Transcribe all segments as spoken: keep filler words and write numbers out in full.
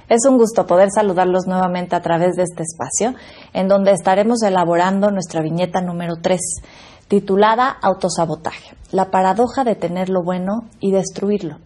Es un gusto poder saludarlos nuevamente a través de este espacio, en donde estaremos elaborando nuestra viñeta número tres, titulada Autosabotaje, la paradoja de tener lo bueno y destruirlo.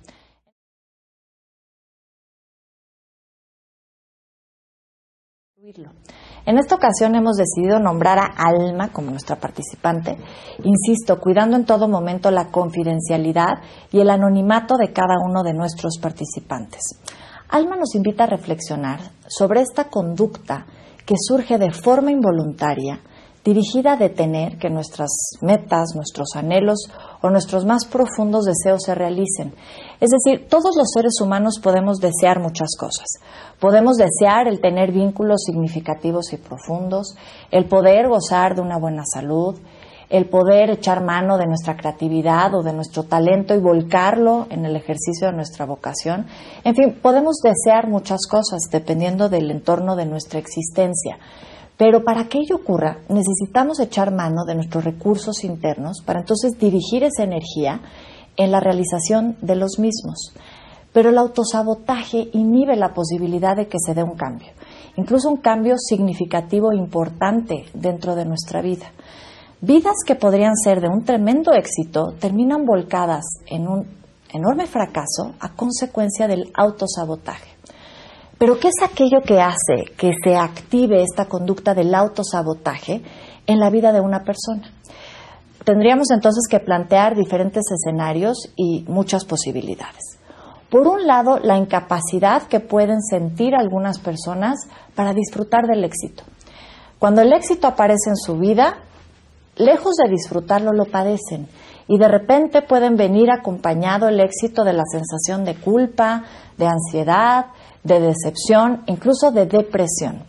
En esta ocasión hemos decidido nombrar a Alma como nuestra participante, insisto, cuidando en todo momento la confidencialidad y el anonimato de cada uno de nuestros participantes. Alma nos invita a reflexionar sobre esta conducta que surge de forma involuntaria, dirigida a detener que nuestras metas, nuestros anhelos o nuestros más profundos deseos se realicen. Es decir, todos los seres humanos podemos desear muchas cosas. Podemos desear el tener vínculos significativos y profundos, el poder gozar de una buena salud, el poder echar mano de nuestra creatividad o de nuestro talento y volcarlo en el ejercicio de nuestra vocación. En fin, podemos desear muchas cosas dependiendo del entorno de nuestra existencia. Pero para que ello ocurra, necesitamos echar mano de nuestros recursos internos para entonces dirigir esa energía en la realización de los mismos. Pero el autosabotaje inhibe la posibilidad de que se dé un cambio, incluso un cambio significativo e importante dentro de nuestra vida. Vidas que podrían ser de un tremendo éxito terminan volcadas en un enorme fracaso a consecuencia del autosabotaje. Pero ¿qué es aquello que hace que se active esta conducta del autosabotaje en la vida de una persona? Tendríamos entonces que plantear diferentes escenarios y muchas posibilidades. Por un lado, la incapacidad que pueden sentir algunas personas para disfrutar del éxito. Cuando el éxito aparece en su vida, lejos de disfrutarlo, lo padecen. Y de repente pueden venir acompañado el éxito de la sensación de culpa, de ansiedad, de decepción, incluso de depresión.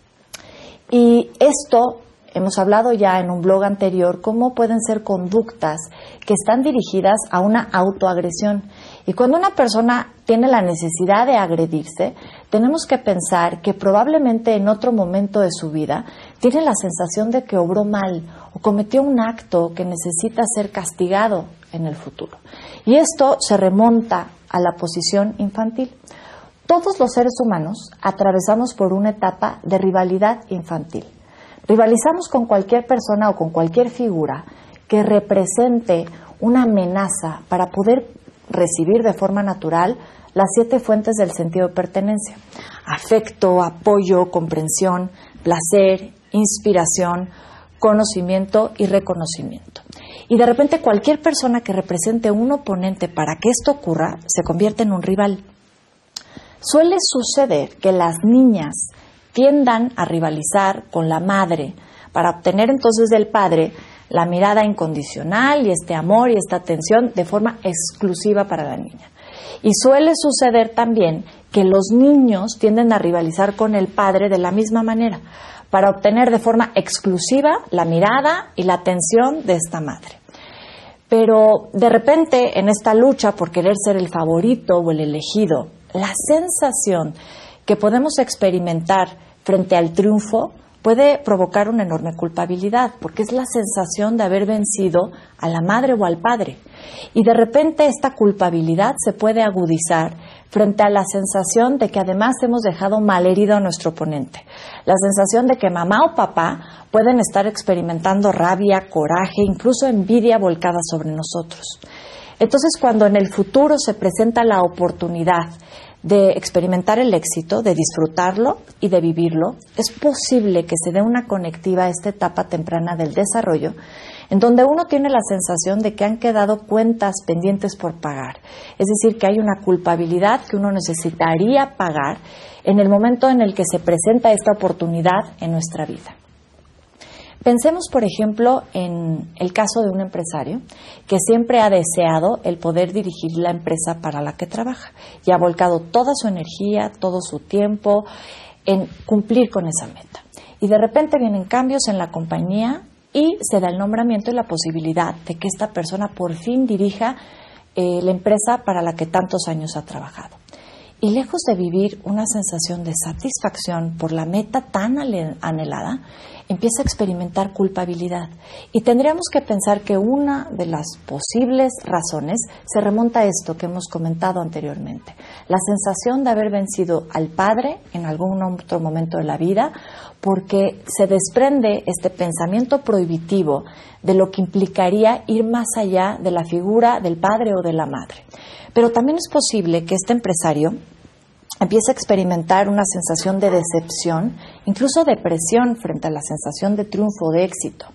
Y esto, hemos hablado ya en un blog anterior, cómo pueden ser conductas que están dirigidas a una autoagresión. Y cuando una persona tiene la necesidad de agredirse, tenemos que pensar que probablemente en otro momento de su vida tiene la sensación de que obró mal o cometió un acto que necesita ser castigado en el futuro. Y esto se remonta a la posición infantil. Todos los seres humanos atravesamos por una etapa de rivalidad infantil. Rivalizamos con cualquier persona o con cualquier figura que represente una amenaza para poder recibir de forma natural las siete fuentes del sentido de pertenencia: afecto, apoyo, comprensión, placer, inspiración, conocimiento y reconocimiento. Y de repente cualquier persona que represente un oponente para que esto ocurra se convierte en un rival. Suele suceder que las niñas tiendan a rivalizar con la madre para obtener entonces del padre la mirada incondicional y este amor y esta atención de forma exclusiva para la niña. Y suele suceder también que los niños tienden a rivalizar con el padre de la misma manera para obtener de forma exclusiva la mirada y la atención de esta madre. Pero de repente en esta lucha por querer ser el favorito o el elegido, la sensación que podemos experimentar frente al triunfo puede provocar una enorme culpabilidad, porque es la sensación de haber vencido a la madre o al padre. Y de repente esta culpabilidad se puede agudizar frente a la sensación de que además hemos dejado malherido a nuestro oponente. La sensación de que mamá o papá pueden estar experimentando rabia, coraje, incluso envidia volcada sobre nosotros. Entonces, cuando en el futuro se presenta la oportunidad de experimentar el éxito, de disfrutarlo y de vivirlo, es posible que se dé una conectiva a esta etapa temprana del desarrollo, en donde uno tiene la sensación de que han quedado cuentas pendientes por pagar. Es decir, que hay una culpabilidad que uno necesitaría pagar en el momento en el que se presenta esta oportunidad en nuestra vida. Pensemos, por ejemplo, en el caso de un empresario que siempre ha deseado el poder dirigir la empresa para la que trabaja y ha volcado toda su energía, todo su tiempo en cumplir con esa meta. Y de repente vienen cambios en la compañía y se da el nombramiento y la posibilidad de que esta persona por fin dirija eh, la empresa para la que tantos años ha trabajado. y lejos de vivir una sensación de satisfacción por la meta tan anhelada, empieza a experimentar culpabilidad. Y tendríamos que pensar que una de las posibles razones se remonta a esto que hemos comentado anteriormente. La sensación de haber vencido al padre en algún otro momento de la vida, porque se desprende este pensamiento prohibitivo de lo que implicaría ir más allá de la figura del padre o de la madre. Pero también es posible que este empresario empieza a experimentar una sensación de decepción, incluso depresión frente a la sensación de triunfo o de éxito.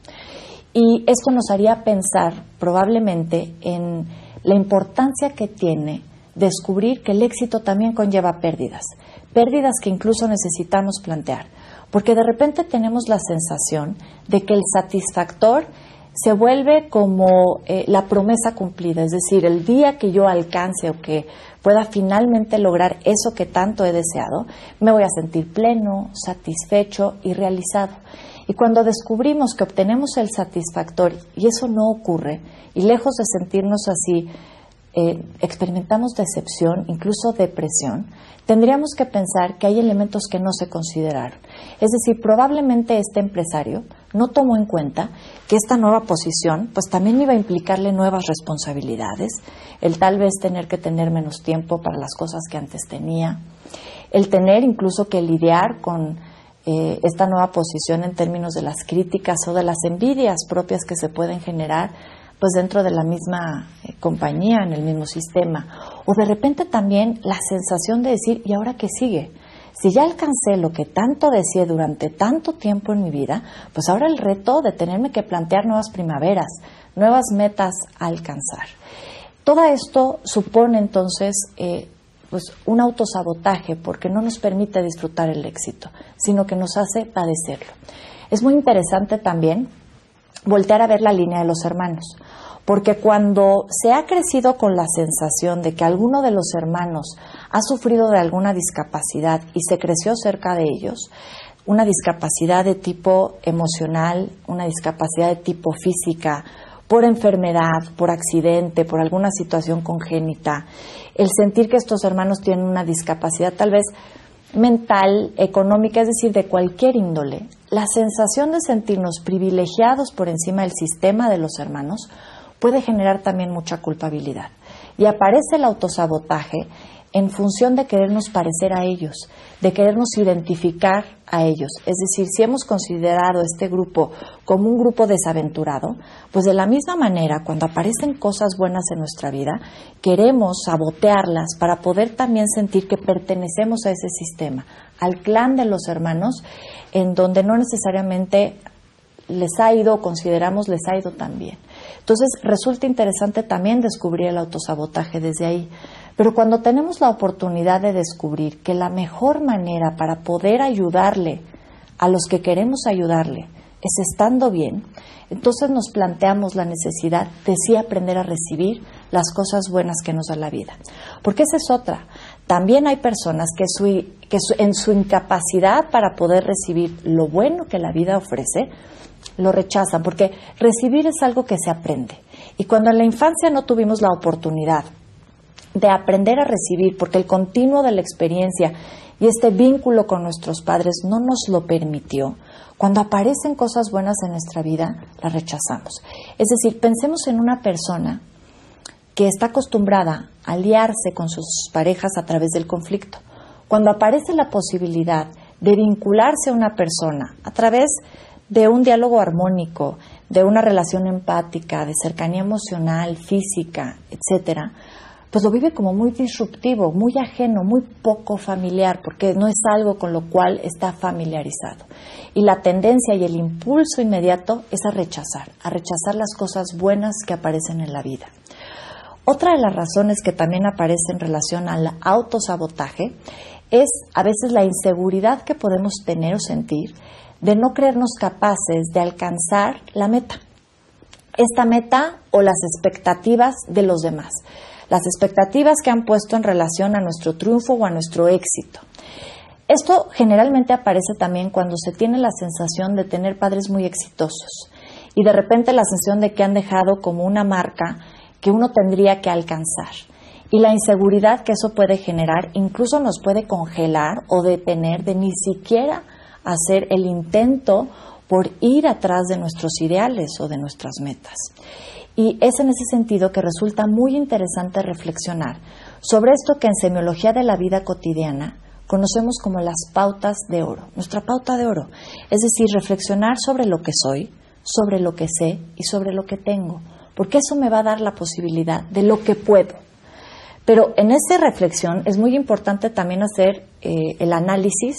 Y esto nos haría pensar probablemente en la importancia que tiene descubrir que el éxito también conlleva pérdidas, pérdidas que incluso necesitamos plantear, porque de repente tenemos la sensación de que el satisfactor se vuelve como eh, la promesa cumplida, es decir, el día que yo alcance o que pueda finalmente lograr eso que tanto he deseado, me voy a sentir pleno, satisfecho y realizado. Y cuando descubrimos que obtenemos el satisfactor y eso no ocurre, y lejos de sentirnos así, eh, experimentamos decepción, incluso depresión, tendríamos que pensar que hay elementos que no se consideraron. Es decir, probablemente este empresario no tomó en cuenta que esta nueva posición pues también iba a implicarle nuevas responsabilidades, el tal vez tener que tener menos tiempo para las cosas que antes tenía, el tener incluso que lidiar con eh, esta nueva posición en términos de las críticas o de las envidias propias que se pueden generar pues dentro de la misma eh, compañía, en el mismo sistema, o de repente también la sensación de decir, ¿y ahora qué sigue? Si ya alcancé lo que tanto deseé durante tanto tiempo en mi vida, pues ahora el reto de tenerme que plantear nuevas primaveras, nuevas metas a alcanzar. Todo esto supone entonces eh, pues un autosabotaje porque no nos permite disfrutar el éxito, sino que nos hace padecerlo. Es muy interesante también voltear a ver la línea de los hermanos, porque cuando se ha crecido con la sensación de que alguno de los hermanos ha sufrido de alguna discapacidad y se creció cerca de ellos, una discapacidad de tipo emocional, una discapacidad de tipo física, por enfermedad, por accidente, por alguna situación congénita, el sentir que estos hermanos tienen una discapacidad tal vez mental, económica, es decir, de cualquier índole, la sensación de sentirnos privilegiados por encima del sistema de los hermanos puede generar también mucha culpabilidad. Y aparece el autosabotaje en función de querernos parecer a ellos, de querernos identificar a ellos. Es decir, si hemos considerado este grupo como un grupo desaventurado, pues de la misma manera, cuando aparecen cosas buenas en nuestra vida, queremos sabotearlas para poder también sentir que pertenecemos a ese sistema, al clan de los hermanos, en donde no necesariamente les ha ido o consideramos les ha ido tan bien. Entonces, resulta interesante también descubrir el autosabotaje desde ahí. Pero cuando tenemos la oportunidad de descubrir que la mejor manera para poder ayudarle a los que queremos ayudarle es estando bien, entonces nos planteamos la necesidad de sí aprender a recibir las cosas buenas que nos da la vida. Porque esa es otra. También hay personas que, su, que su, en su incapacidad para poder recibir lo bueno que la vida ofrece, lo rechazan, porque recibir es algo que se aprende. Y cuando en la infancia no tuvimos la oportunidad de aprender a recibir, porque el continuo de la experiencia y este vínculo con nuestros padres no nos lo permitió, cuando aparecen cosas buenas en nuestra vida, las rechazamos. Es decir, pensemos en una persona que está acostumbrada a aliarse con sus parejas a través del conflicto. Cuando aparece la posibilidad de vincularse a una persona a través de un diálogo armónico, de una relación empática, de cercanía emocional, física, etcétera, pues lo vive como muy disruptivo, muy ajeno, muy poco familiar, porque no es algo con lo cual está familiarizado. Y la tendencia y el impulso inmediato es a rechazar, a rechazar las cosas buenas que aparecen en la vida. Otra de las razones que también aparece en relación al autosabotaje es a veces la inseguridad que podemos tener o sentir de no creernos capaces de alcanzar la meta. Esta meta o las expectativas de los demás. Las expectativas que han puesto en relación a nuestro triunfo o a nuestro éxito. Esto generalmente aparece también cuando se tiene la sensación de tener padres muy exitosos y de repente la sensación de que han dejado como una marca que uno tendría que alcanzar. Y la inseguridad que eso puede generar incluso nos puede congelar o detener de ni siquiera hacer el intento por ir atrás de nuestros ideales o de nuestras metas. Y es en ese sentido que resulta muy interesante reflexionar sobre esto que en semiología de la vida cotidiana conocemos como las pautas de oro, nuestra pauta de oro. Es decir, reflexionar sobre lo que soy, sobre lo que sé y sobre lo que tengo, porque eso me va a dar la posibilidad de lo que puedo. Pero en esa reflexión es muy importante también hacer eh, el análisis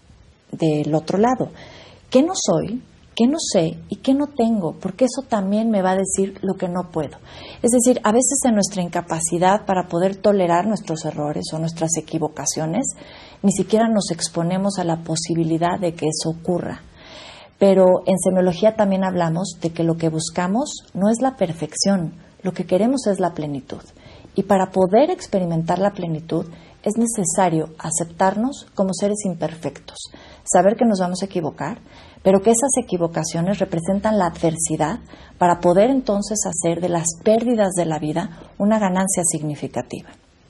del otro lado. ¿Qué no soy? ¿Qué no sé? ¿Y qué no tengo? Porque eso también me va a decir lo que no puedo. Es decir, a veces en nuestra incapacidad para poder tolerar nuestros errores o nuestras equivocaciones, ni siquiera nos exponemos a la posibilidad de que eso ocurra. Pero en semiología también hablamos de que lo que buscamos no es la perfección, lo que queremos es la plenitud. Y para poder experimentar la plenitud es necesario aceptarnos como seres imperfectos, saber que nos vamos a equivocar, pero que esas equivocaciones representan la adversidad para poder entonces hacer de las pérdidas de la vida una ganancia significativa.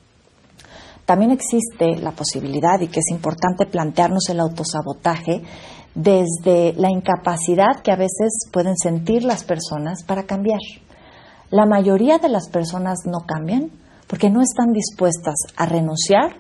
También existe la posibilidad, y que es importante plantearnos el autosabotaje, desde la incapacidad que a veces pueden sentir las personas para cambiar. La mayoría de las personas no cambian porque no están dispuestas a renunciar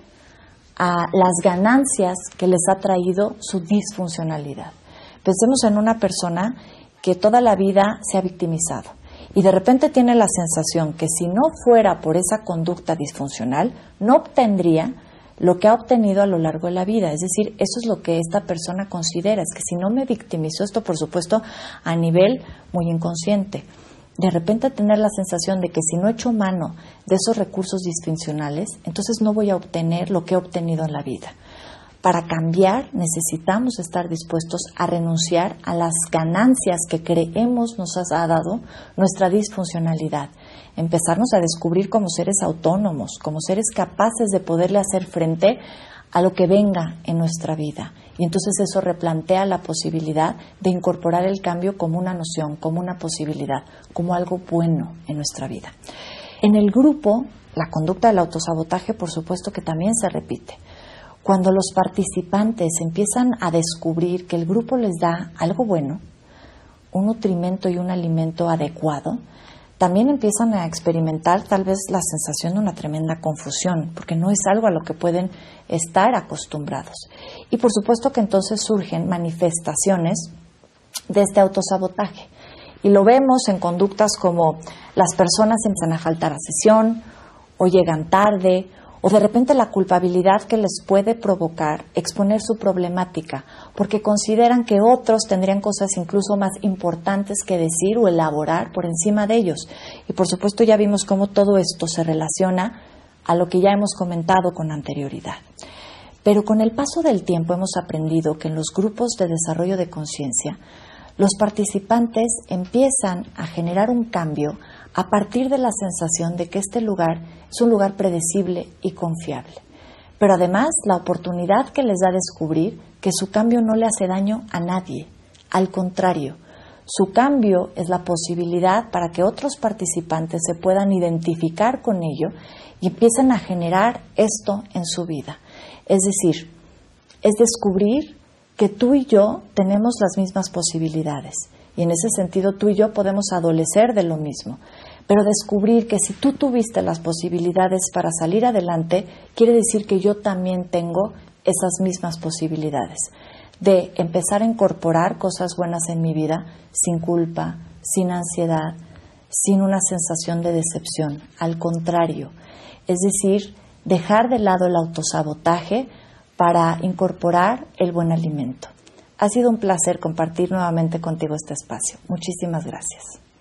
a las ganancias que les ha traído su disfuncionalidad. Pensemos en una persona que toda la vida se ha victimizado y de repente tiene la sensación que si no fuera por esa conducta disfuncional, no obtendría lo que ha obtenido a lo largo de la vida. Es decir, eso es lo que esta persona considera, es que si no me victimizo, esto por supuesto a nivel muy inconsciente, de repente tener la sensación de que si no echo mano de esos recursos disfuncionales, entonces no voy a obtener lo que he obtenido en la vida. Para cambiar necesitamos estar dispuestos a renunciar a las ganancias que creemos nos ha dado nuestra disfuncionalidad. Empezarnos a descubrir como seres autónomos, como seres capaces de poderle hacer frente a lo que venga en nuestra vida. Y entonces eso replantea la posibilidad de incorporar el cambio como una noción, como una posibilidad, como algo bueno en nuestra vida. En el grupo, la conducta del autosabotaje, por supuesto que también se repite. Cuando los participantes empiezan a descubrir que el grupo les da algo bueno, un nutrimento y un alimento adecuado, también empiezan a experimentar tal vez la sensación de una tremenda confusión, porque no es algo a lo que pueden estar acostumbrados. Y por supuesto que entonces surgen manifestaciones de este autosabotaje. Y lo vemos en conductas como las personas empiezan a faltar a sesión, o llegan tarde, o de repente la culpabilidad que les puede provocar exponer su problemática, porque consideran que otros tendrían cosas incluso más importantes que decir o elaborar por encima de ellos. Y por supuesto ya vimos cómo todo esto se relaciona a lo que ya hemos comentado con anterioridad. Pero con el paso del tiempo hemos aprendido que en los grupos de desarrollo de conciencia, los participantes empiezan a generar un cambio a partir de la sensación de que este lugar es un lugar predecible y confiable. Pero además la oportunidad que les da descubrir que su cambio no le hace daño a nadie. Al contrario, su cambio es la posibilidad para que otros participantes se puedan identificar con ello y empiecen a generar esto en su vida. Es decir, es descubrir que tú y yo tenemos las mismas posibilidades y en ese sentido tú y yo podemos adolecer de lo mismo, pero descubrir que si tú tuviste las posibilidades para salir adelante, quiere decir que yo también tengo esas mismas posibilidades de empezar a incorporar cosas buenas en mi vida sin culpa, sin ansiedad, sin una sensación de decepción. Al contrario, es decir, dejar de lado el autosabotaje para incorporar el buen alimento. Ha sido un placer compartir nuevamente contigo este espacio. Muchísimas gracias.